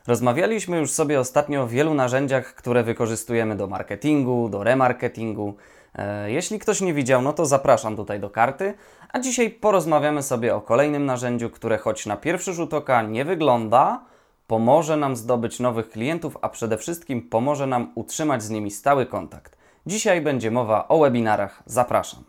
Rozmawialiśmy już sobie ostatnio o wielu narzędziach, które wykorzystujemy do marketingu, do remarketingu. Jeśli ktoś nie widział, no to zapraszam tutaj do karty. A dzisiaj porozmawiamy sobie o kolejnym narzędziu, które choć na pierwszy rzut oka nie wygląda, pomoże nam zdobyć nowych klientów, a przede wszystkim pomoże nam utrzymać z nimi stały kontakt. Dzisiaj będzie mowa o webinarach. Zapraszam.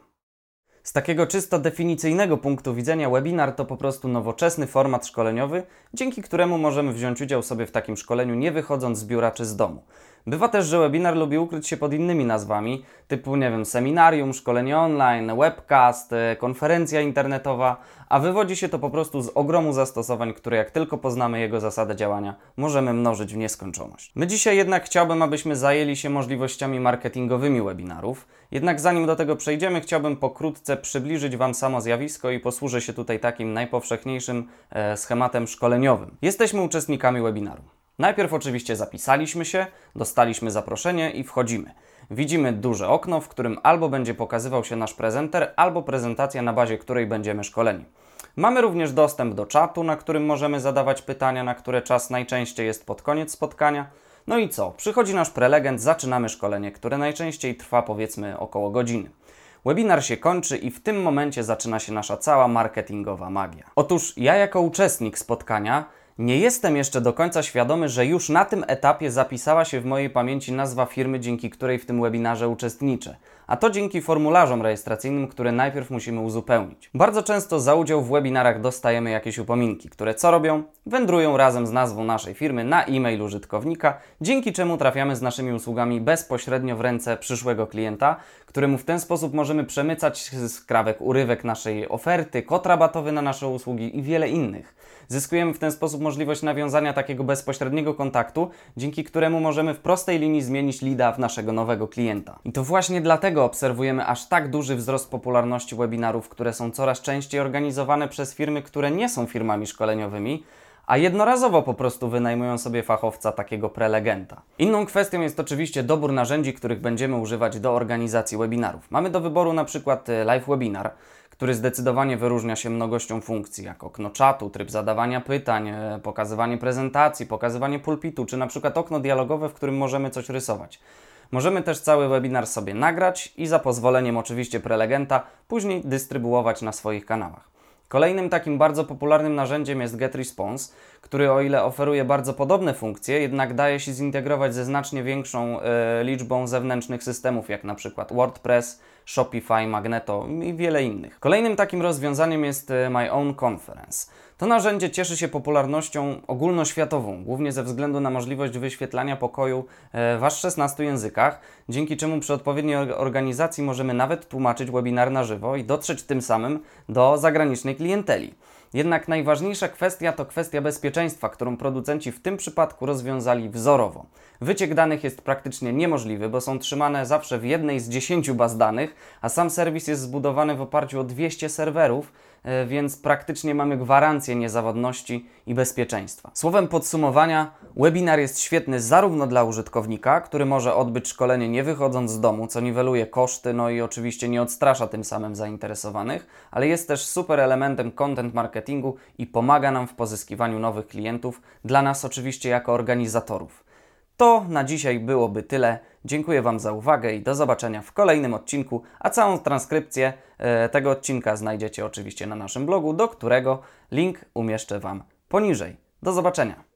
Z takiego czysto definicyjnego punktu widzenia webinar to po prostu nowoczesny format szkoleniowy, dzięki któremu możemy wziąć udział sobie w takim szkoleniu nie wychodząc z biura czy z domu. Bywa też, że webinar lubi ukryć się pod innymi nazwami, typu, nie wiem, seminarium, szkolenie online, webcast, konferencja internetowa, a wywodzi się to po prostu z ogromu zastosowań, które jak tylko poznamy jego zasadę działania, możemy mnożyć w nieskończoność. My dzisiaj jednak chciałbym, abyśmy zajęli się możliwościami marketingowymi webinarów, jednak zanim do tego przejdziemy, chciałbym pokrótce przybliżyć Wam samo zjawisko i posłużę się tutaj takim najpowszechniejszym schematem szkoleniowym. Jesteśmy uczestnikami webinaru. Najpierw oczywiście zapisaliśmy się, dostaliśmy zaproszenie i wchodzimy. Widzimy duże okno, w którym albo będzie pokazywał się nasz prezenter, albo prezentacja, na bazie której będziemy szkoleni. Mamy również dostęp do czatu, na którym możemy zadawać pytania, na które czas najczęściej jest pod koniec spotkania. No i co? Przychodzi nasz prelegent, zaczynamy szkolenie, które najczęściej trwa powiedzmy około godziny. Webinar się kończy i w tym momencie zaczyna się nasza cała marketingowa magia. Otóż ja jako uczestnik spotkania nie jestem jeszcze do końca świadomy, że już na tym etapie zapisała się w mojej pamięci nazwa firmy, dzięki której w tym webinarze uczestniczę. A to dzięki formularzom rejestracyjnym, które najpierw musimy uzupełnić. Bardzo często za udział w webinarach dostajemy jakieś upominki, które co robią? Wędrują razem z nazwą naszej firmy na e-mail użytkownika, dzięki czemu trafiamy z naszymi usługami bezpośrednio w ręce przyszłego klienta, któremu w ten sposób możemy przemycać skrawek, urywek naszej oferty, kod rabatowy na nasze usługi i wiele innych. Zyskujemy w ten sposób możliwość nawiązania takiego bezpośredniego kontaktu, dzięki któremu możemy w prostej linii zmienić leada w naszego nowego klienta. I to właśnie dlatego obserwujemy aż tak duży wzrost popularności webinarów, które są coraz częściej organizowane przez firmy, które nie są firmami szkoleniowymi, a jednorazowo po prostu wynajmują sobie fachowca, takiego prelegenta. Inną kwestią jest oczywiście dobór narzędzi, których będziemy używać do organizacji webinarów. Mamy do wyboru na przykład live webinar, który zdecydowanie wyróżnia się mnogością funkcji, jak okno czatu, tryb zadawania pytań, pokazywanie prezentacji, pokazywanie pulpitu, czy na przykład okno dialogowe, w którym możemy coś rysować. Możemy też cały webinar sobie nagrać i za pozwoleniem oczywiście prelegenta później dystrybuować na swoich kanałach. Kolejnym takim bardzo popularnym narzędziem jest GetResponse, który o ile oferuje bardzo podobne funkcje, jednak daje się zintegrować ze znacznie większą liczbą zewnętrznych systemów, jak na przykład WordPress, Shopify, Magneto i wiele innych. Kolejnym takim rozwiązaniem jest My Own Conference. To narzędzie cieszy się popularnością ogólnoświatową, głównie ze względu na możliwość wyświetlania pokoju w aż 16 językach, dzięki czemu przy odpowiedniej organizacji możemy nawet tłumaczyć webinar na żywo i dotrzeć tym samym do zagranicznej klienteli. Jednak najważniejsza kwestia to kwestia bezpieczeństwa, którą producenci w tym przypadku rozwiązali wzorowo. Wyciek danych jest praktycznie niemożliwy, bo są trzymane zawsze w jednej z 10 baz danych, a sam serwis jest zbudowany w oparciu o 200 serwerów, więc praktycznie mamy gwarancję niezawodności i bezpieczeństwa. Słowem podsumowania, webinar jest świetny zarówno dla użytkownika, który może odbyć szkolenie nie wychodząc z domu, co niweluje koszty, no i oczywiście nie odstrasza tym samym zainteresowanych, ale jest też super elementem content marketingu i pomaga nam w pozyskiwaniu nowych klientów, dla nas oczywiście jako organizatorów. To na dzisiaj byłoby tyle. Dziękuję Wam za uwagę i do zobaczenia w kolejnym odcinku, a całą transkrypcję tego odcinka znajdziecie oczywiście na naszym blogu, do którego link umieszczę Wam poniżej. Do zobaczenia!